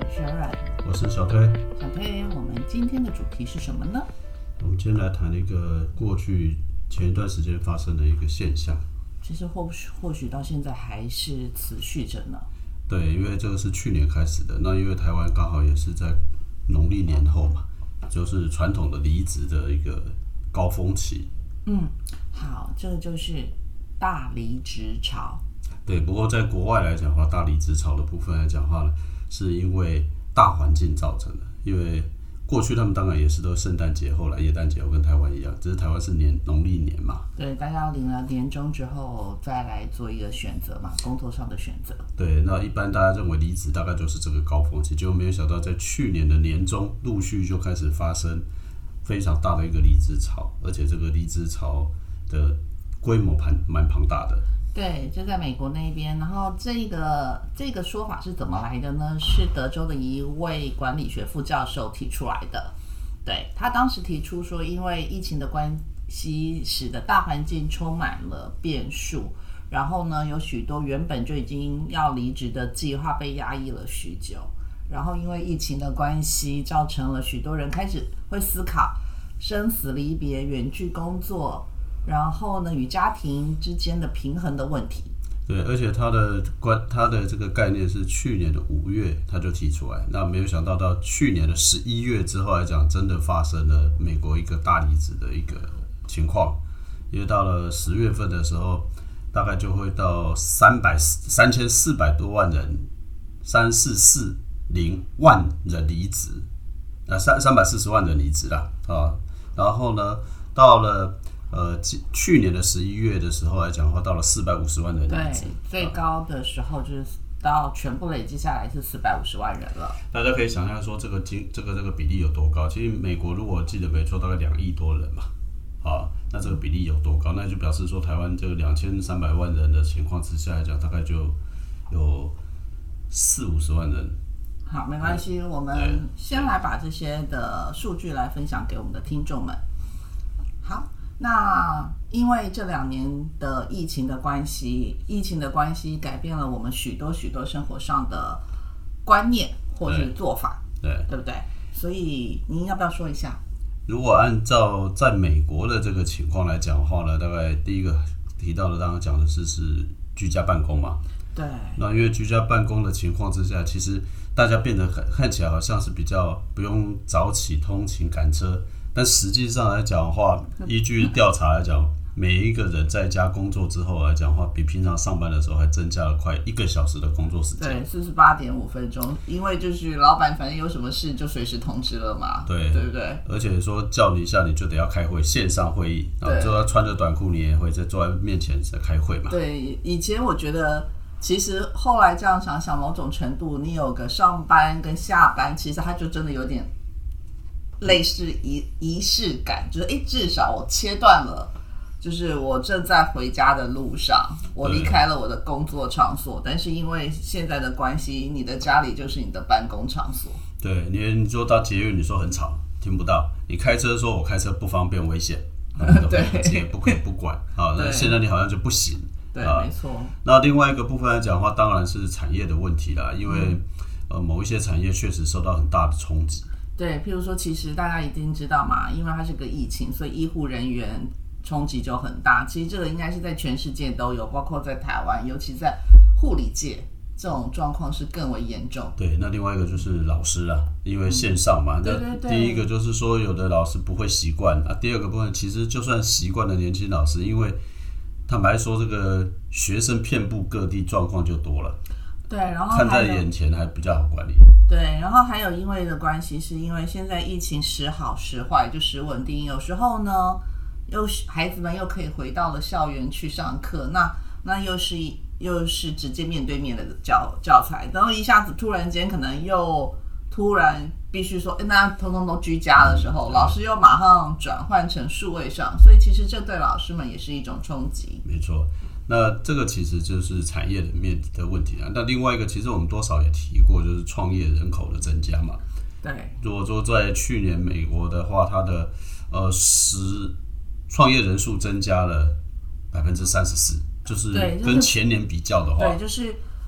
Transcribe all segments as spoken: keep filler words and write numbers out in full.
Sharon， 我是小推。 小推，我们今天的主题是什么呢？ 我们今天来谈一个过去前一段时间发生的一个现象。 其实或许或许到现在还是持续着呢。 对，因为这个是去年开始的，那因为台湾刚好也是在农历年后嘛，就是传统的离职的一个高峰期。 嗯，好，这个就是大离职潮。 对，不过在国外来讲的话，大离职潮的部分来讲的话呢，是因为大环境造成的。因为过去他们当然也是都圣诞节后来耶诞节后跟台湾一样，只是台湾是年农历年嘛。 对，大家领了年终之后再来做一个选择嘛，工作上的选择。 对，那一般大家认为离职大概就是这个高峰期，结果没有想到在去年的年中陆续就开始发生非常大的一个离职潮，而且这个离职潮的规模蛮庞大的。 对，就在美国那边，然后这个这个说法是怎么来的呢？是德州的一位管理学副教授提出来的。对，他当时提出说，因为疫情的关系，使得大环境充满了变数，然后呢，有许多原本就已经要离职的计划被压抑了许久，然后因为疫情的关系，造成了许多人开始会思考生死离别、远距工作，然后呢，与家庭之间的平衡的问题。 对，而且他的关他的这个概念是去年的五月他就提出来，那没有想到到去年的十一月之后来讲，真的发生了美国一个大离职的一个情况。因为到了十月份的时候，大概就会到三百三千四百多万人，三四四零万人离职，啊三三百四十万人离职啦啊，然后呢，到了。呃，去年的十一月的时候来讲的话，到了四百五十万人离职， 对，最高的时候就是到全部累积下来是四百五十万人了。 大家可以想象说这个这个这个比例有多高？其实美国如果记得没错，大概两亿多人嘛，啊，那这个比例有多高？那就表示说台湾这个两千三百万人的情况之下来讲，大概就有四五十万人。 好，没关系，我们先来把这些的数据来分享给我们的听众们。好。那因为这两年的疫情的关系，疫情的关系改变了我们许多许多生活上的观念或是做法， 对, 对, 对不对？所以您要不要说一下？ 如果按照在美国的这个情况来讲的话呢，大概第一个提到的，当然讲的是是居家办公嘛。 对。那因为居家办公的情况之下，其实大家变得看起来好像是比较不用早起通勤赶车。但实际上来讲的话，依据调查来讲，每一个人在家工作之后来讲的话，比平常上班的时候还增加了快一个小时的工作时间。 对，四十八点五分钟，因为就是老板反正有什么事就随时通知了嘛， 对， 对不对？ 而且说叫你一下，你就得要开会，线上会议，然后就要穿着短裤，你也会在坐在面前在开会嘛。 对，以前我觉得。其实后来这样想想，某种程度，你有个上班跟下班，其实它就真的有点类似仪仪式感，就是哎，至少我切断了，就是我正在回家的路上，我离开了我的工作场所，但是因为现在的关系，你的家里就是你的办公场所。 对，你说到捷运，你说很吵，听不到；你开车说我开车不方便危险， 对， 也不可以不管。好，那现在你好像就不行。 对，啊、没错。 那另外一个部分来讲的话，当然是产业的问题啦，因为、嗯、呃某一些产业确实受到很大的冲击。 对，譬如说，其实大家一定知道嘛，因为它是个疫情，所以医护人员冲击就很大。其实这个应该是在全世界都有，包括在台湾，尤其在护理界，这种状况是更为严重。 对，那另外一个就是老师啦，因为线上嘛，嗯、 对对对。 第一个就是说，有的老师不会习惯啊，第二个部分其实就算习惯的年轻老师，因为坦白说，这个学生遍布各地，状况就多了。 对，然后看在眼前还比较好管理。 对，然后还有因为的关系，是因为现在疫情时好时坏，就时稳定。有时候呢，又孩子们又可以回到了校园去上课，那那又是又是直接面对面的教教材，然后一下子突然间可能又突然必须说，那通通都居家的时候，嗯、老师又马上转换成数位上，所以其实这对老师们也是一种冲击。 没错，那这个其实就是产业的面的问题啊。那另外一个，其实我们多少也提过，就是创业人口的增加嘛。 对， 如果说在去年美国的话，它的呃十创业人数增加了百分之三十四，就是跟前年比较的话， 对，就是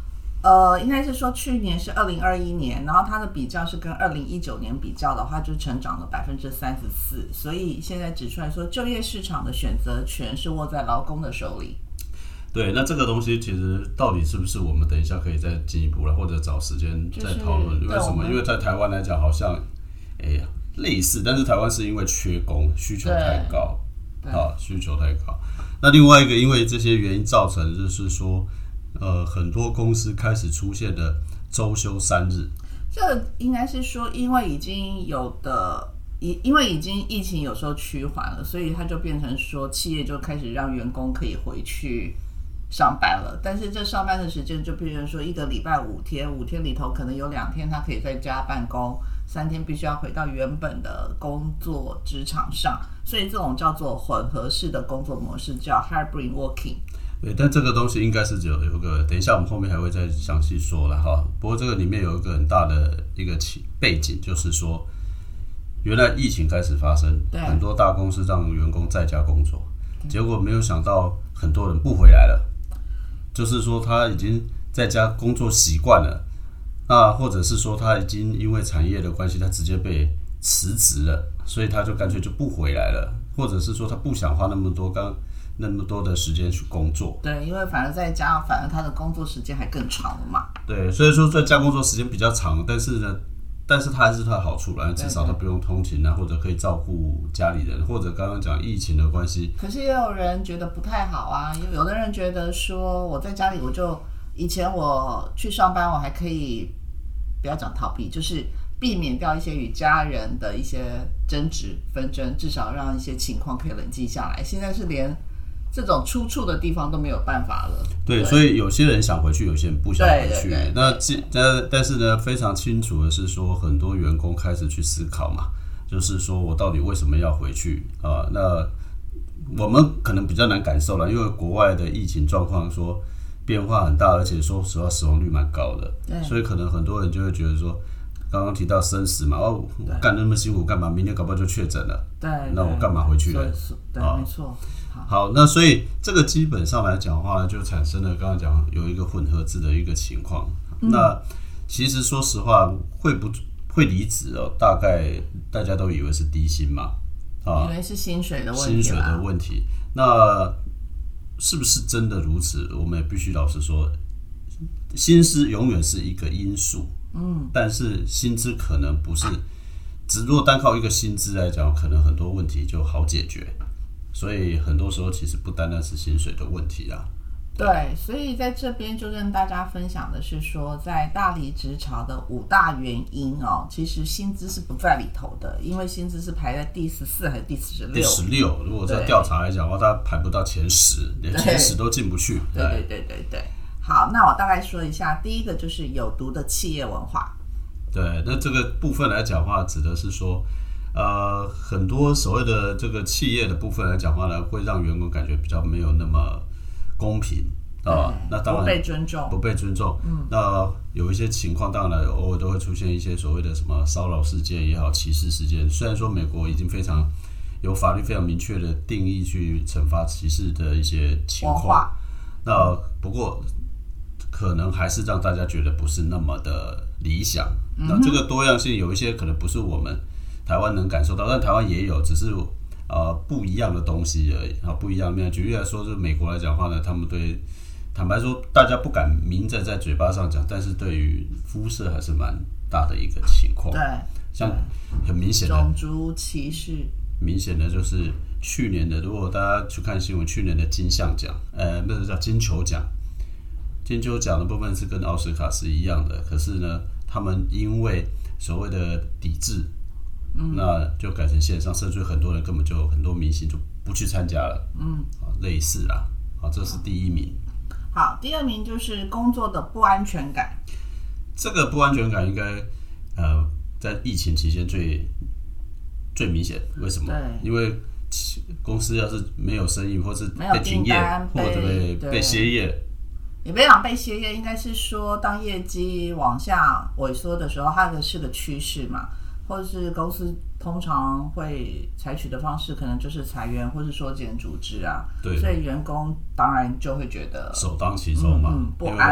呃，应该是说去年是二零二一年，然后它的比较是跟二零一九年比较的话，就成长了百分之三十四。所以现在指出来说，就业市场的选择权是握在劳工的手里。 对，那这个东西其实到底是不是我们等一下可以再进一步了，或者找时间再讨论？ 就是、 为什么？因为在台湾来讲，好像诶类似，但是台湾是因为缺工，需求太高，啊，需求太高。那另外一个，因为这些原因造成，就是说。呃，很多公司开始出现了周休三日， 这应该是说，因为已经有的，因为已经疫情有时候趋缓了，所以它就变成说，企业就开始让员工可以回去上班了。但是这上班的时间就变成说，一个礼拜五天，五天里头可能有两天他可以在家办公，三天必须要回到原本的工作职场上，所以这种叫做混合式的工作模式，叫 hybrid working。 对，但这个东西应该是只有有个，等一下我们后面还会再详细说了哈。不过这个里面有一个很大的一个背景，就是说，原来疫情开始发生，很多大公司让员工在家工作，结果没有想到很多人不回来了，就是说他已经在家工作习惯了，那或者是说他已经因为产业的关系，他直接被辞职了，所以他就干脆就不回来了，或者是说他不想花那么多刚。那么多的时间去工作， 对，因为反而在家，反而他的工作时间还更长了嘛。 对，所以说在家工作时间比较长，但是呢，但是它还是它的好处啦，至少他不用通勤啊，或者可以照顾家里人，或者刚刚讲疫情的关系。 可是也有人觉得不太好啊，有的人觉得说我在家里，我就以前我去上班，我还可以不要讲逃避，就是避免掉一些与家人的一些争执纷争，至少让一些情况可以冷静下来。现在是连这种出处的地方都没有办法了。 对，对，所以有些人想回去，有些人不想回去。对对对，那但是呢，非常清楚的是说，很多员工开始去思考嘛，就是说我到底为什么要回去啊？那我们可能比较难感受了，因为国外的疫情状况说变化很大，而且说实话死亡率蛮高的，所以可能很多人就会觉得说。刚刚提到生死嘛，哦，干那么辛苦干嘛？明天搞不好就确诊了， 对， 那我干嘛回去呢？ 对，啊、没错。 好，好，那所以这个基本上来讲的话，就产生了刚刚讲有一个混合制的一个情况。嗯、那其实说实话，会不会离职哦？大概大家都以为是低薪嘛， 啊，以为是薪水的问题， 薪水的问题。那是不是真的如此？我们也必须老实说，薪资永远是一个因素。嗯，但是薪资可能不是，只如果单靠一个薪资来讲，可能很多问题就好解决。所以很多时候其实不单单是薪水的问题啦。 对，所以在这边就跟大家分享的是说，在大离职潮的五大原因哦，其实薪资是不在里头的，因为薪资是排在第十四还是第十六？ 第十六，如果在调查来讲的话，它排不到前十，连前十都进不去。 对对对对对。好，那我大概说一下，第一个就是有毒的企业文化。 对，那这个部分来讲的话，指的是说，呃，很多所谓的这个企业的部分来讲的话呢，会让员工感觉比较没有那么公平啊、呃。那当然不被尊重， 不被尊重。嗯，那有一些情况，当然偶尔都会出现一些所谓的什么骚扰事件也好，歧视事件。虽然说美国已经非常有法律非常明确的定义去惩罚歧视的一些情况，那不过。可能还是让大家觉得不是那么的理想。嗯、那这个多样性有一些可能不是我们台湾能感受到，但台湾也有，只是呃不一样的东西而已啊，不一样的面。举例来说，就是美国来讲的话呢，他们对坦白说，大家不敢明着在嘴巴上讲，但是对于肤色还是蛮大的一个情况。 对， 像很明显的种族歧视， 明显的就是去年的，如果大家去看新闻，去年的金像奖，呃，那个叫金球奖。金球奖的部分是跟奥斯卡是一样的，可是呢，他们因为所谓的抵制，嗯、那就改成线上，甚至很多人根本就很多明星就不去参加了，嗯，类似啦，好，这是第一名。 好，第二名就是工作的不安全感。 这个不安全感应该呃在疫情期间最最明显，为什么？对，因为公司要是没有生意，或是被停业，或者被被歇业。 也别讲被歇业，应该是说当业绩往下萎缩的时候，它的是个趋势嘛，或者是公司通常会采取的方式，可能就是裁员，或是缩减组织啊。 对， 所以员工当然就会觉得首当其冲嘛，嗯嗯、 不安。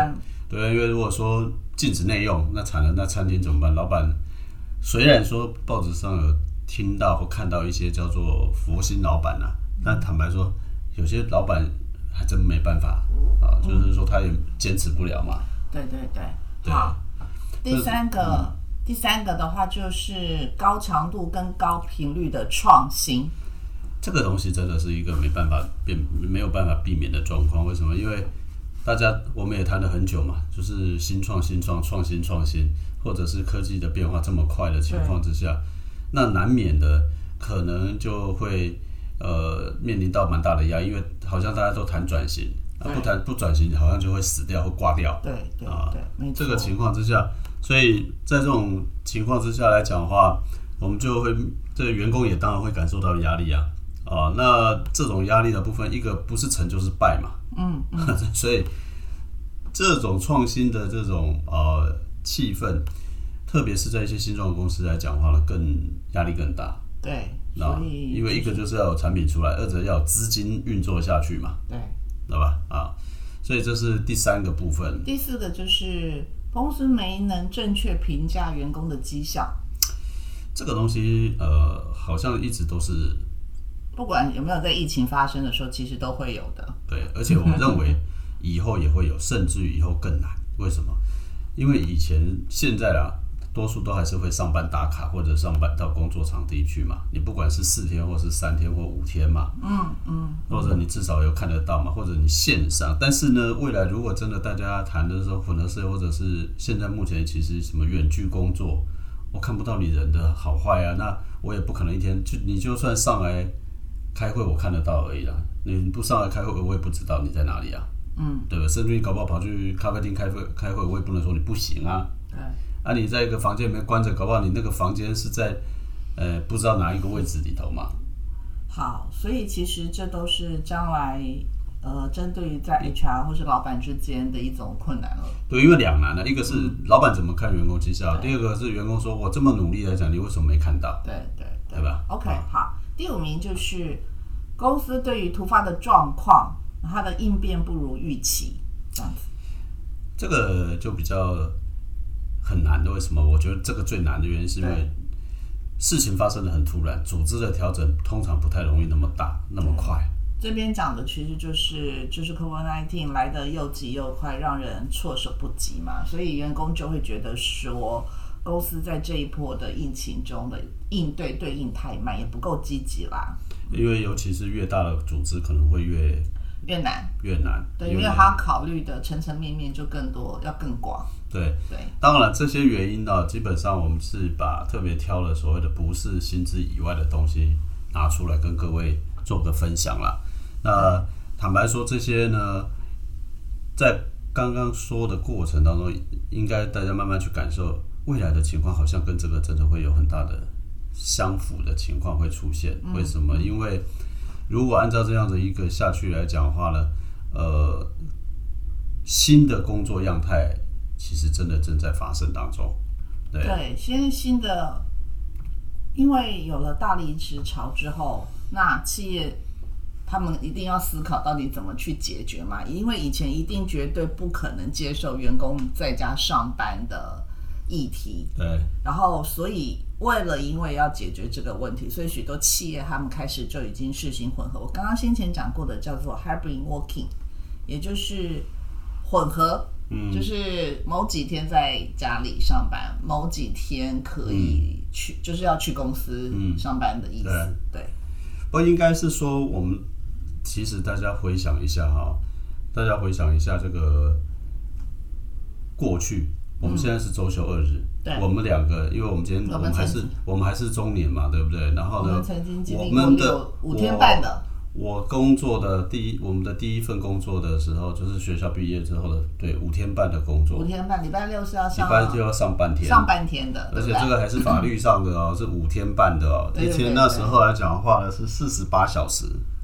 对，因为如果说禁止内用，那惨了，那餐厅怎么办？老板虽然说报纸上有听到或看到一些叫做佛心老板啊，但坦白说，有些老板还真没办法啊，就是说他也坚持不了嘛。 对对对， 对好，第三个。嗯第三个的话就是高强度跟高频率的创新， 这个东西真的是一个没办法变没有办法避免的状况。为什么？因为大家我们也谈了很久嘛，就是新创新创创新创新，或者是科技的变化这么快的情况之下，那难免的可能就会呃面临到蛮大的压力，因为好像大家都谈转型，啊、不谈不转型好像就会死掉或挂掉。 对对啊， 对，没错。 这个情况之下。所以在这种情况之下来讲的话，我们就会这个员工也当然会感受到压力啊啊，那这种压力的部分，一个不是成就是败嘛， 嗯嗯， 所以这种创新的这种呃气氛，特别是在一些新创公司来讲的话呢，更压力更大。 对，所以因为一个就是要有产品出来，二者要有资金运作下去嘛， 对， 对吧？啊，所以这是第三个部分。 第四个就是公司没能正确评价员工的绩效， 这个东西呃，好像一直都是， 不管有没有在疫情发生的时候，其实都会有的。 对，而且我认为以后也会有，甚至于以后更难。为什么？因为以前、现在啦，多数都还是会上班打卡或者上班到工作场地去嘛。你不管是四天或是三天或五天嘛， 嗯嗯， 或者你至少有看得到嘛，或者你线上。但是呢，未来如果真的大家谈的时候，可能是或者是现在目前其实什么远距工作，我看不到你人的好坏啊，那我也不可能一天就你就算上来开会，我看得到而已啦。你不上来开会，我也不知道你在哪里啊，嗯，对吧？甚至你搞不好跑去咖啡厅开会开会，我也不能说你不行啊。 对。 啊，你在一个房间里面关着，搞不好你那个房间是在呃不知道哪一个位置里头嘛。 好，所以其实这都是将来呃针对于在 H R 或是老板之间的一种困难了。 对，因为两难了，一个是老板怎么看员工绩效，第二个是员工说我这么努力来讲，你为什么没看到？ 对对 对, 对吧 ？OK， 好，第五名就是公司对于突发的状况，它的应变不如预期，这样子。 这个就比较很难的，为什么？我觉得这个最难的原因是因为事情发生的很突然，组织的调整通常不太容易那么大那么快。 这边讲的其实就是就是 COVID 十九 来的又急又快，让人措手不及嘛，所以员工就会觉得说，公司在这一波的疫情中的应对对应太慢，也不够积极啦。 因为尤其是越大的组织，可能会越越难， 越难。 对，因为他考虑的层层面面就更多，要更广。 对对， 当然这些原因呢，基本上我们是把特别挑了所谓的不是薪资以外的东西拿出来跟各位做个分享啦。那坦白说，这些呢，在刚刚说的过程当中，应该大家慢慢去感受未来的情况，好像跟这个真的会有很大的相符的情况会出现。嗯、为什么？因为如果按照这样的一个下去来讲的话呢，呃，新的工作样态其实真的正在发生当中。对， 对，现在新的，因为有了大离职潮之后，那企业他们一定要思考到底怎么去解决嘛，因为以前一定绝对不可能接受员工在家上班的议题。 对， 然后所以为了因为要解决这个问题，所以许多企业他们开始就已经试行混合。我刚刚先前讲过的叫做 hybrid working， 也就是混合，嗯，就是某几天在家里上班，某几天可以去，嗯、就是要去公司上班的意思。嗯、对，对不过应该是说我们其实大家回想一下哈，大家回想一下这个过去。我们现在是周休二日，嗯、我们两个，因为我们今天我们还是我们还是中年嘛，对不对？然后呢， 我们曾经经历过六五天半的。 我工作的第一，我们的第一份工作的时候，就是学校毕业之后的，对，五天半的工作。 五天半，礼拜六是要上， 礼拜就要上半天， 上半天的， 而且这个还是法律上的哦，是五天半的哦。一天那时候来讲的话呢，是四十八小时。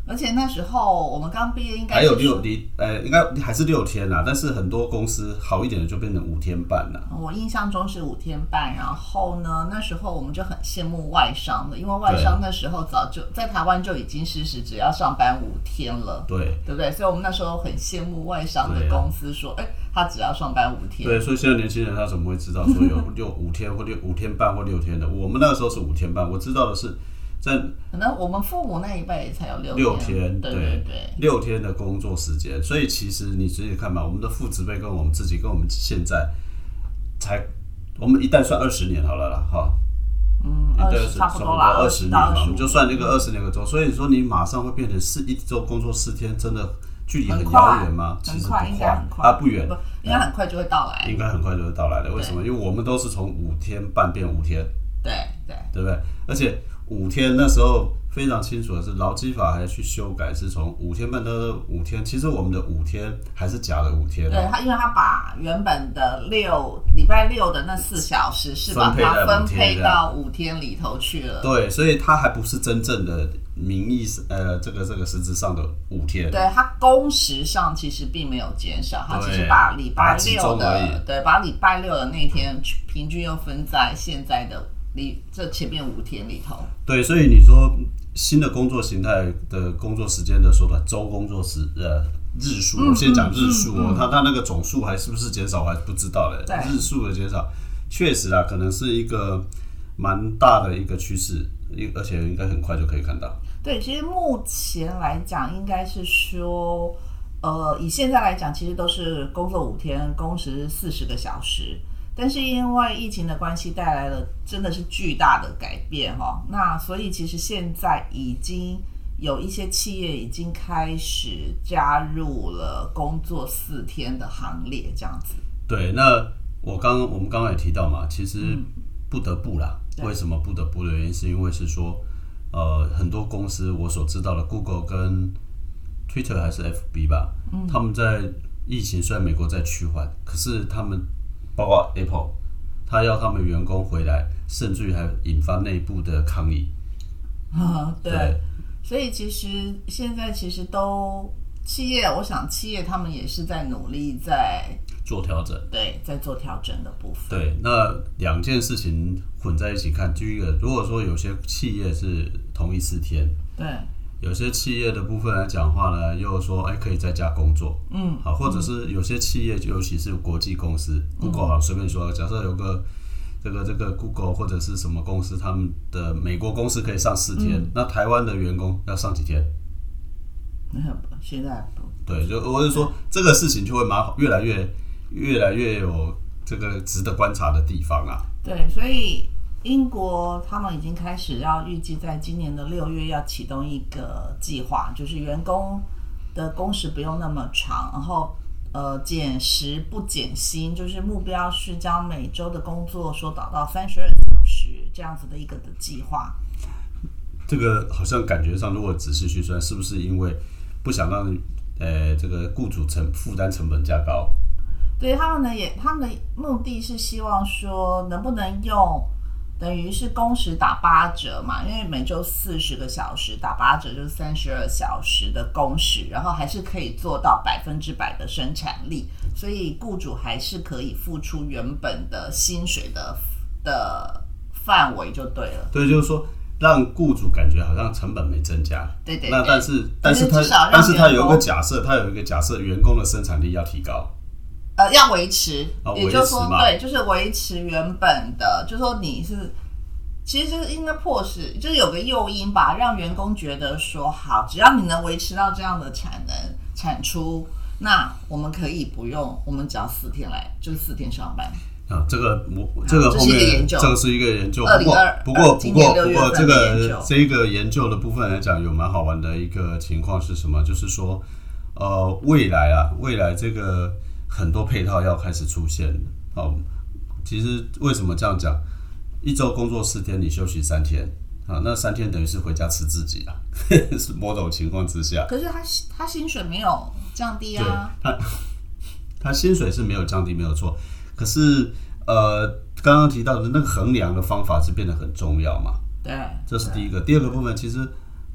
而且那时候我们刚毕业，应该还有六离呃，应该还是六天啦，但是很多公司好一点的就变成五天半了。 我印象中是五天半，然后呢，那时候我们就很羡慕外商的，因为外商那时候早就在台湾就已经实施只要上班五天了， 对对不对？所以我们那时候很羡慕外商的公司说，哎、啊，他只要上班五天。 对，所以现在年轻人他怎么会知道说有六五天或六五天半或六天的？我们那个时候是五天半，我知道的是。在可能我们父母那一辈才有六天， 六天， 对对对， 六天的工作时间，所以其实你自己看嘛，我们的父执辈跟我们自己跟我们现在才，我们一旦算二十年好了啦，哈， 嗯，二十差不多啦， 二十年嘛，我们就算那个二十年个周，所以说你马上会变成四一周工作四天，真的距离很遥远吗？其实不快，应该很快啊，不远， 应该很快就会到来， 应该很快就会到来的。为什么？因为我们都是从五天半变五天， 对对， 对不对？而且五天那时候。非常清楚的是，劳基法还去修改，是从五天半到五天。其实我们的五天还是假的五天、啊。 对他，因为他把原本的六礼拜六的那四小时是把它分配到五天里头去了。 对，所以它还不是真正的名义呃，这个这个实质上的五天。 对，它工时上其实并没有减少，它只是把礼拜六的对，把礼拜六的那天平均又分在现在的里这前面五天里头。 对，所以你说。新的工作形态的工作时间的缩短，周工作时呃日数，我先讲日数哦，它它那个总数还是不是减少，我还不知道的。日数的减少，确实啦，可能是一个蛮大的一个趋势，而且应该很快就可以看到。 对，其实目前来讲，应该是说，呃，以现在来讲，其实都是工作五天，工时四十个小时。但是因为疫情的关系，带来了真的是巨大的改变哈。那所以其实现在已经有一些企业已经开始加入了工作四天的行列，这样子。 对，那我刚我们刚刚也提到嘛，其实不得不啦。嗯、为什么不得不的原因，是因为是说，呃，很多公司我所知道的 ，Google 跟 Twitter 还是 F B 吧，嗯、他们在疫情虽然美国在趋缓，可是他们。包括 Apple， 他要他们员工回来，甚至于还引发内部的抗议。 啊，对，对，所以其实现在其实都企业，我想企业他们也是在努力在做调整， 对，在做调整的部分。 对，那两件事情混在一起看，第一个，如果说有些企业是同意四天， 对。 有些企业的部分来讲话呢，又说哎可以在家工作，嗯，好，或者是有些企业，尤其是国际公司、嗯、，Google 好随便说，假设有个这个这个 Google 或者是什么公司，他们的美国公司可以上四天，嗯、那台湾的员工要上几天？ 现在不对，就我是说这个事情就会蛮好，越来越越来越有这个值得观察的地方啊。 对，所以。英国他们已经开始要预计在今年的六月要启动一个计划，就是员工的工时不用那么长，然后呃减时不减薪，就是目标是将每周的工作缩短到三十二小时这样子的一个的计划。 这个好像感觉上，如果仔细去算，是不是因为不想让呃这个雇主成负担成本加高？ 对他们呢，也他们的目的是希望说，能不能用。等于是工时打八折嘛，因为每周四十个小时，打八折就是三十二小时的工时，然后还是可以做到百分之百的生产力，所以雇主还是可以付出原本的薪水的的范围就对了。 对，就是说让雇主感觉好像成本没增加。 对对对。 那但是但是他但是他有一个假设，他有一个假设，员工的生产力要提高。 呃，要维持， 哦、 也就是说，对，就是维持原本的，就是说你是，其实就是应该迫使，就是有个诱因吧，让员工觉得说，好，只要你能维持到这样的产能产出，那我们可以不用，我们只要四天来，就是四天上班。 啊，这个我这个后面这个是一个研究， 不过不过不过不过这个这一个研究的部分来讲，有蛮好玩的一个情况是什么？就是说，呃，未来啊，未来这个。很多配套要开始出现哦。其实为什么这样讲？一周工作四天，你休息三天啊，那三天等于是回家吃自己啊，是某种情况之下。 可是他他薪水没有降低啊。 他他薪水是没有降低，没有错。可是呃，刚刚提到的那个衡量的方法是变得很重要嘛。 对， 这是第一个。第二个部分，其实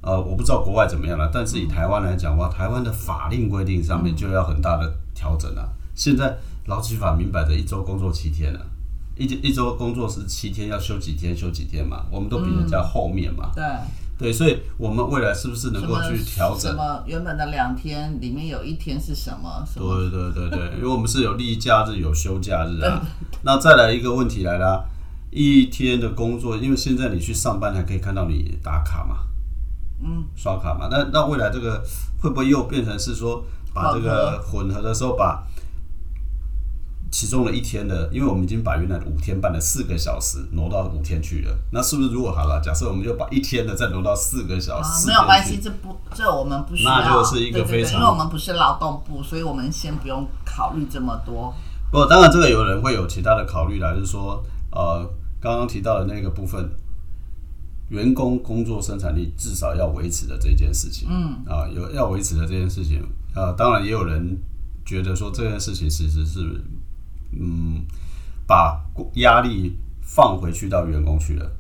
呃，我不知道国外怎么样了，但是以台湾来讲的话，台湾的法令规定上面就要很大的调整了。现在劳基法明摆着一周工作七天了，一一周工作是七天，要休几天休几天嘛，我们都比人家后面嘛。 嗯、对。 对，所以我们未来是不是能够去调整？ 什么原本的两天里面有一天是什么？什么对对对对，因为我们是有例假日有休假日啊。那再来一个问题来啦，一天的工作，因为现在你去上班还可以看到你打卡嘛，嗯，刷卡嘛。那那未来这个会不会又变成是说把这个混合的时候把其中的一天的，因为我们已经把原来的五天半的四个小时挪到五天去了，那是不是如果好了，假设我们就把一天的再挪到四个小时， 啊、没有关系，这不这我们不需要， 那就是一个非常，对对对， 因为我们不是劳动部，所以我们先不用考虑这么多。 不过当然这个有人会有其他的考虑啦，就是说呃刚刚提到的那个部分，员工工作生产力至少要维持的这件事情，嗯啊有要维持的这件事情，呃当然也有人觉得说这件事情其实是。嗯，把压力放回去到员工去了。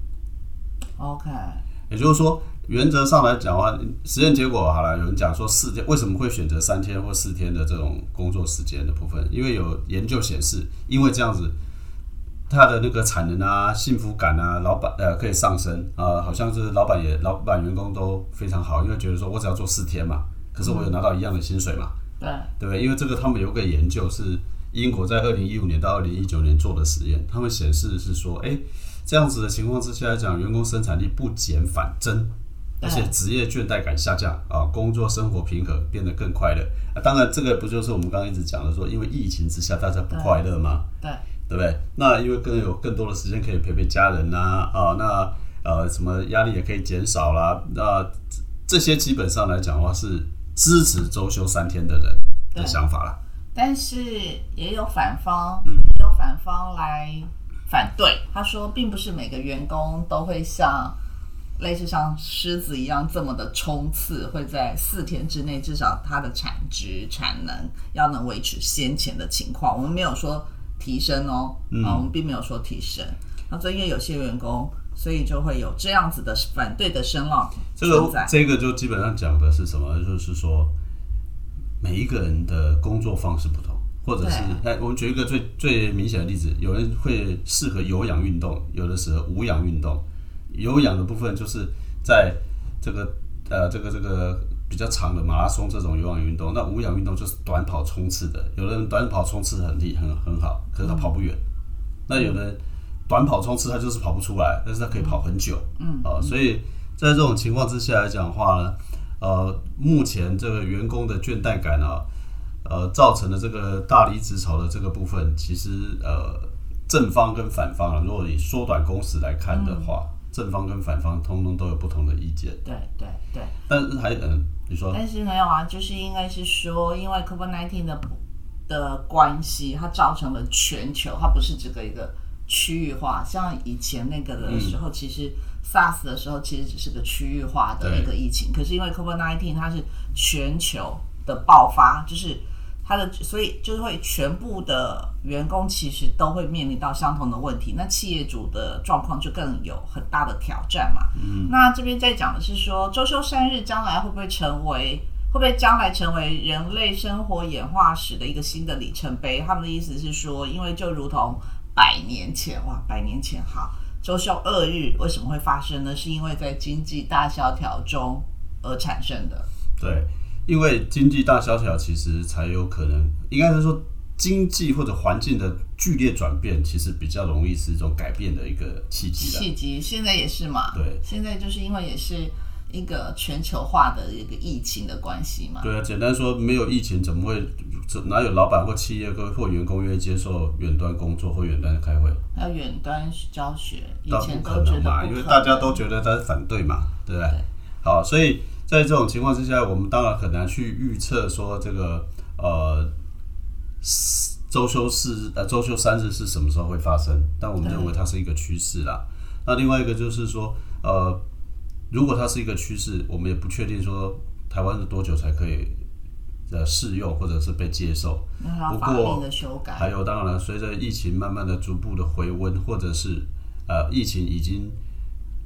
OK， 也就是说，原则上来讲的话，实验结果好了，有人讲说四天为什么会选择三天或四天的这种工作时间的部分？因为有研究显示，因为这样子，他的那个产能啊、幸福感啊，老板呃可以上升啊、呃，好像是老板也老板员工都非常好，因为觉得说我只要做四天嘛，可是我有拿到一样的薪水嘛， 对、嗯、 对不对？因为这个他们有个研究是。英国在二零一五年到二零一九年做的实验，他们显示是说，哎，这样子的情况之下来讲，员工生产力不减反增，而且职业倦怠感下降啊，工作生活平衡变得更快乐。啊，当然，这个不就是我们刚刚一直讲的说，因为疫情之下大家不快乐吗？ 对， 对不对？那因为更有更多的时间可以陪陪家人呐、啊，啊，那呃什么压力也可以减少啦，那这些基本上来讲的话是支持周休三天的人的想法啦。 但是也有反方，嗯、也有反方来反对。他说，并不是每个员工都会像类似像狮子一样这么的冲刺，会在四天之内至少它的产值、产能要能维持先前的情况。我们没有说提升哦，嗯、啊，我们并没有说提升。那这因为有些员工，所以就会有这样子的反对的声浪存在。 这个这个就基本上讲的是什么？就是说。每一个人的工作方式不同，或者是哎，我们举一个最最明显的例子，有人会适合有氧运动，有的适合无氧运动。有氧的部分就是在这个呃这个这个比较长的马拉松这种有氧运动，那无氧运动就是短跑冲刺的。有的人短跑冲刺很厉很很好，可是他跑不远。嗯、那有的人短跑冲刺他就是跑不出来，但是他可以跑很久。嗯啊、呃，所以在这种情况之下来讲的话呢。呃，目前这个员工的倦怠感啊，呃，造成的这个大离职潮的这个部分，其实呃，正方跟反方啊，如果以缩短工时来看的话，嗯、正方跟反方通通都有不同的意见。 对对对。 但是还嗯、呃，你说？ 但是没有啊，就是应该是说，因为 COVID 十九 的的关系，它造成了全球，它不是这个一个区域化，像以前那个的时候，嗯、其实。SARS 的时候其实只是个区域化的一个疫情，可是因为 COVID 十九 它是全球的爆发，就是它的，所以就是会全部的员工其实都会面临到相同的问题，那企业主的状况就更有很大的挑战嘛。嗯，那这边在讲的是说，周休三日将来会不会成为，会不会将来成为人类生活演化史的一个新的里程碑？他们的意思是说，因为就如同百年前，哇，百年前好。周休二日为什么会发生呢？是因为在经济大萧条中而产生的。 对，因为经济大萧条其实才有可能，应该是说经济或者环境的剧烈转变，其实比较容易是一种改变的一个契机。 契机，现在也是嘛。 对， 现在就是因为也是一个全球化的一个疫情的关系嘛。 对啊，简单说，没有疫情怎么会？哪有老板或企业或员工愿意接受远端工作或远端开会？ 还有远端教学，以前都觉得不可能嘛，因为大家都觉得他是反对嘛，对不对？对。好，所以在这种情况之下，我们当然很难去预测说这个呃周休四呃周休三日是什么时候会发生，但我们认为它是一个趋势啦。那另外一个就是说，呃，如果它是一个趋势，我们也不确定说台湾是多久才可以。的适用或者是被接受， 不过还有当然了，随着疫情慢慢的逐步的回温，或者是呃疫情已经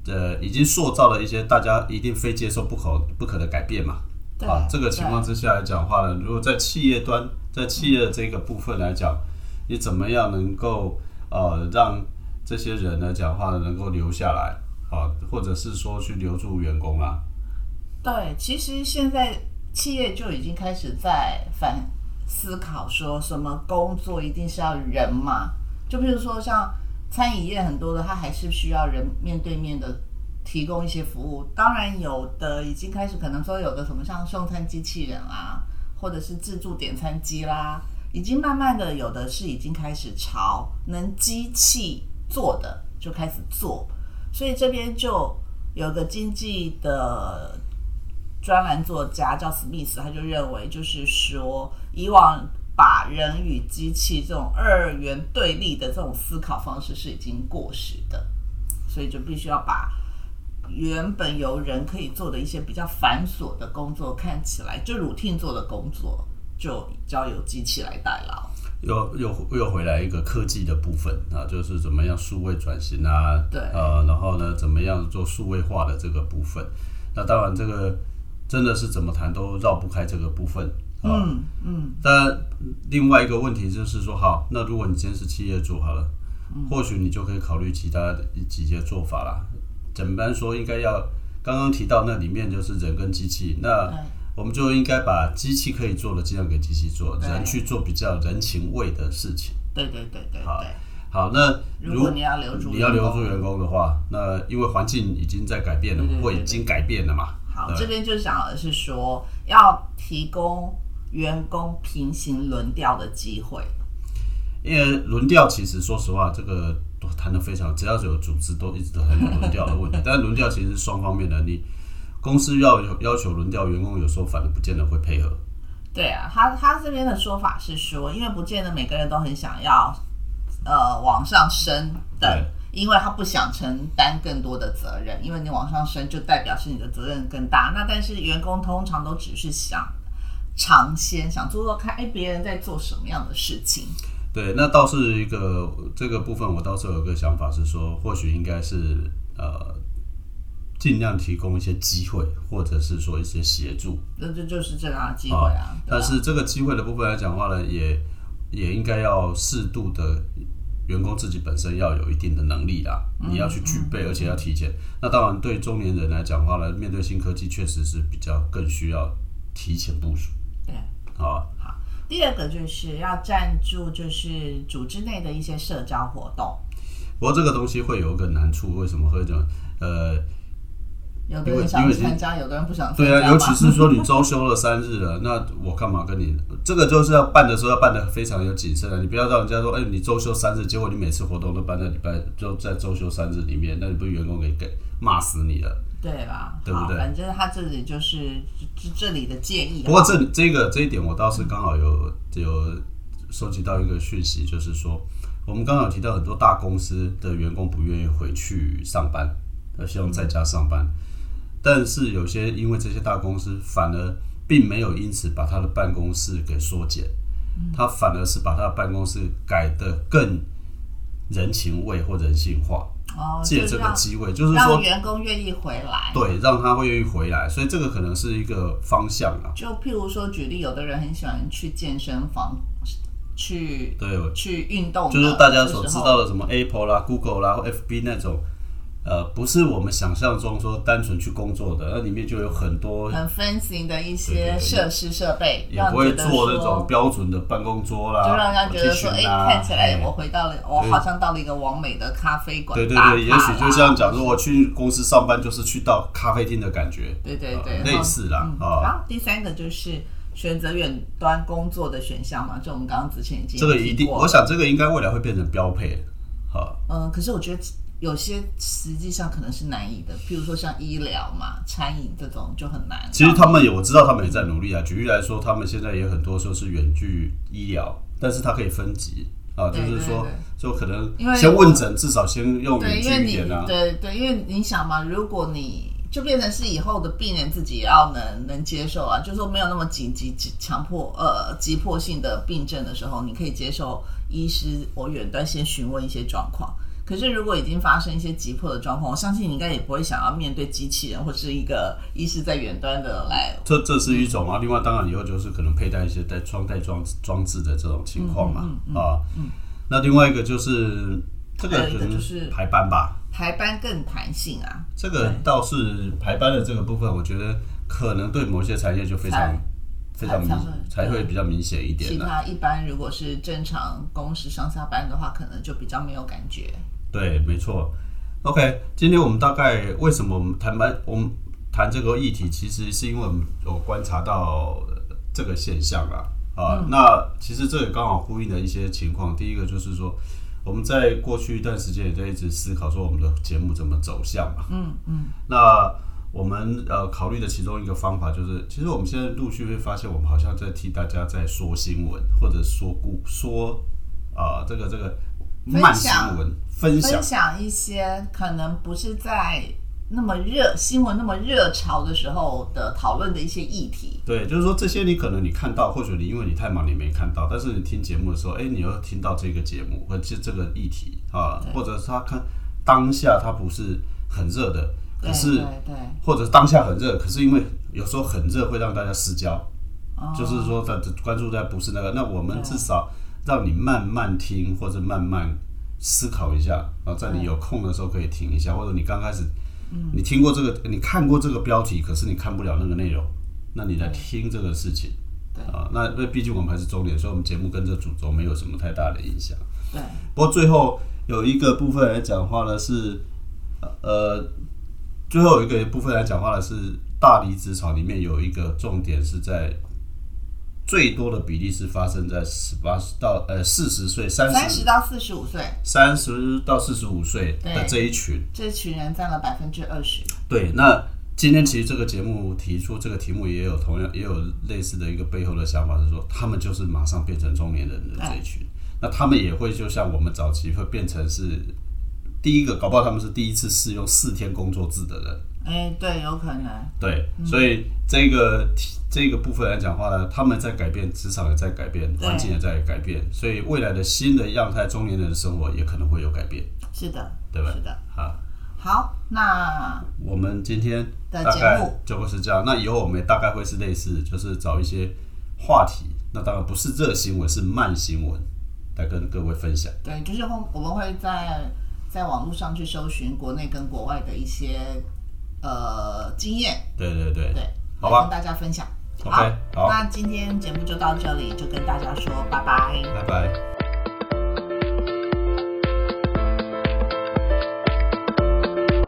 呃已经塑造了一些大家一定非接受不可不可的改变嘛。啊，这个情况之下来讲的话呢，如果在企业端，在企业的这个部分来讲，你怎么样能够呃让这些人来讲的话呢，能够留下来啊，或者是说去留住员工啦？ 对，其实现在企业就已经开始在反思考，说什么工作一定是要人嘛？就比如说像餐饮业很多的，它还是需要人面对面的提供一些服务。当然有的已经开始可能说有的什么像送餐机器人啦，或者是自助点餐机啦，已经慢慢的有的是已经开始朝能机器做的就开始做。所以这边就有个经济的专栏作家叫史密斯，他就认为就是说，以往把人与机器这种二元对立的这种思考方式是已经过时的，所以就必须要把原本由人可以做的一些比较繁琐的工作，看起来就 routine 做的工作，就交由机器来代劳。 又又又回来一个科技的部分啊，就是怎么样数位转型啊， 对， 呃，然后呢，怎么样做数位化的这个部分。那当然，这个真的是怎么谈都绕不开这个部分。啊、 嗯嗯。 但另外一个问题就是说，好，那如果你今天是企业主好了，嗯、或许你就可以考虑其他几些做法啦。简单说，应该要刚刚提到那里面就是人跟机器，那我们就应该把机器可以做的尽量给机器做，人去做比较人情味的事情。 对对对对对。 好，好，那如果你要留住你要留住员工的话，那因为环境已经在改变了，对对对对，或已经改变了嘛。 好，这边就讲的是说要提供员工平行轮调的机会。 因为轮调其实说实话，这个都谈得非常，只要是有组织都一直都很有轮调的问题。但是轮调其实是双方面的，你公司要要求轮调员工，有时候反而不见得会配合。 对啊，他他这边的说法是说，因为不见得每个人都很想要呃往上升的，因为他不想承担更多的责任，因为你往上升就代表是你的责任更大。那但是员工通常都只是想尝鲜，想做做看，哎，别人在做什么样的事情。 对，那倒是一个这个部分，我倒是有一个想法是说，或许应该是呃尽量提供一些机会，或者是说一些协助。 那这就是这样的机会啊。啊但是这个机会的部分来讲的话呢，也也应该要适度的。员工自己本身要有一定的能力啦，你要去具备，而且要提前。那当然，对中年人来讲的话呢，面对新科技，确实是比较更需要提前部署。 对， 好。 好，第二个就是要赞助，就是组织内的一些社交活动。 不过这个东西会有一个难处，为什么会这样？呃。 有的人想参加，有的人不想参加。 对啊，尤其是说你周休了三日了，那我干嘛跟你？这个就是要办的时候要办得非常有谨慎的，你不要让人家说，哎、欸，你周休三日，结果你每次活动都办在礼拜，就在周休三日里面，那你不是员工给给骂死你了？ 对啦， 对不对？ 反正他这里就是这里的建议。 不过这这个这一点，我倒是刚好有有收集到一个讯息，就是说，我们刚刚有提到很多大公司的员工不愿意回去上班，而希望在家上班。但是有些因为这些大公司反而并没有因此把他的办公室给缩减，嗯、他反而是把他的办公室改得更人情味或人性化。 哦， 借这个机会，就是说让员工愿意回来， 对，让他会愿意回来，所以这个可能是一个方向啊。 就譬如说举例，有的人很喜欢去健身房。去对去运动， 就是大家所知道的什么 Apple 啦、Google 啦、或 F B 那种。呃，不是我们想象中说单纯去工作的，那里面就有很多很 fancy 的一些设施设备， 也不会做那种标准的办公桌啦， 就让人家觉得说，哎、欸，看起来我回到了，我好像到了一个完美的咖啡馆。 对对对，也许就像讲说，我去公司上班就是去到咖啡厅的感觉。 对对对， 呃、类似啦。 嗯、 啊， 然后第三个就是选择远端工作的选项嘛，这我们刚刚之前已经这个一定，我想这个应该未来会变成标配。好， 嗯，可是我觉得。有些实际上可能是难以的，譬如说像医疗嘛、餐饮这种就很难。 其实他们也我知道他们也在努力啊。举例来说，他们现在也很多时候是远距医疗，但是它可以分级啊，就是说就可能先问诊，至少先用远距一点啊。 对对，因为你想嘛，如果你就变成是以后的病人自己也要能能接受啊，就是说没有那么紧急、强迫呃急迫性的病症的时候，你可以接受医师我远端先询问一些状况。 可是如果已经发生一些急迫的状况，我相信你应该也不会想要面对机器人或是一个医师在远端的来。 这这是一种啊，另外当然以后就是可能佩戴一些带双带装装置的这种情况嘛，嗯嗯嗯、啊、嗯，那另外一个就是这个可能就是排班吧， 排班更弹性啊。 这个倒是排班的这个部分，我觉得可能对某些产业就非常。非常明才会比较明显一点。 其他一般如果是正常工时上下班的话，可能就比较没有感觉。 对，没错。OK， 今天我们大概为什么我们谈班，我们谈这个议题，其实是因为我们有观察到这个现象啊。啊，嗯、那其实这也刚好呼应了一些情况。第一个就是说，我们在过去一段时间也在一直思考说我们的节目怎么走向嘛。嗯嗯。那我们呃考虑的其中一个方法就是，其实我们现在陆续会发现，我们好像在替大家在说新闻，或者说故说啊、呃、这个这个慢新闻分享分享一些可能不是在那么热新闻那么热潮的时候的讨论的一些议题。 对，就是说这些你可能你看到，或许你因为你太忙你没看到，但是你听节目的时候，哎，你又听到这个节目或者这个议题啊，或者是他看当下它不是很热的。可是，对对对，或者当下很热，可是因为有时候很热会让大家失焦，哦、就是说在关注在不是那个，那我们至少让你慢慢听或者慢慢思考一下，然后在你有空的时候可以听一下，或者你刚开始，嗯、你听过这个，你看过这个标题，可是你看不了那个内容，那你来听这个事情，对啊，那因为毕竟我们还是中年，所以我们节目跟这主轴没有什么太大的影响。 对， 不过最后有一个部分来讲话呢是，呃。最后有一个部分来讲话的是大离职潮里面有一个重点是在最多的比例是发生在十八到呃四十岁三十到四十五岁三十到四十五岁的这一群， 这群人占了百分之二十。 对，那今天其实这个节目提出这个题目也有同样也有类似的一个背后的想法，是说他们就是马上变成中年人的这一群，那他们也会就像我们早期会变成是。第一个，搞不好他们是第一次试用四天工作制的人。 哎、欸，对，有可能。 对，嗯、所以这个这个部分来讲话呢，他们在改变，职场也在改变，环境也在改变，所以未来的新的样态，中年人的生活也可能会有改变。 是的， 对吧？ 是的。 好， 好，那我们今天的节目就会是这样。那以后我们也大概会是类似，就是找一些话题，那当然不是热新闻，是慢新闻，来跟各位分享。 对，就是我们会在。在网络上去搜寻国内跟国外的一些呃经验， 对对对， 对， 好吧， 跟大家分享。 OK， 好， 那今天节目就到这里，就跟大家说拜拜， 拜拜。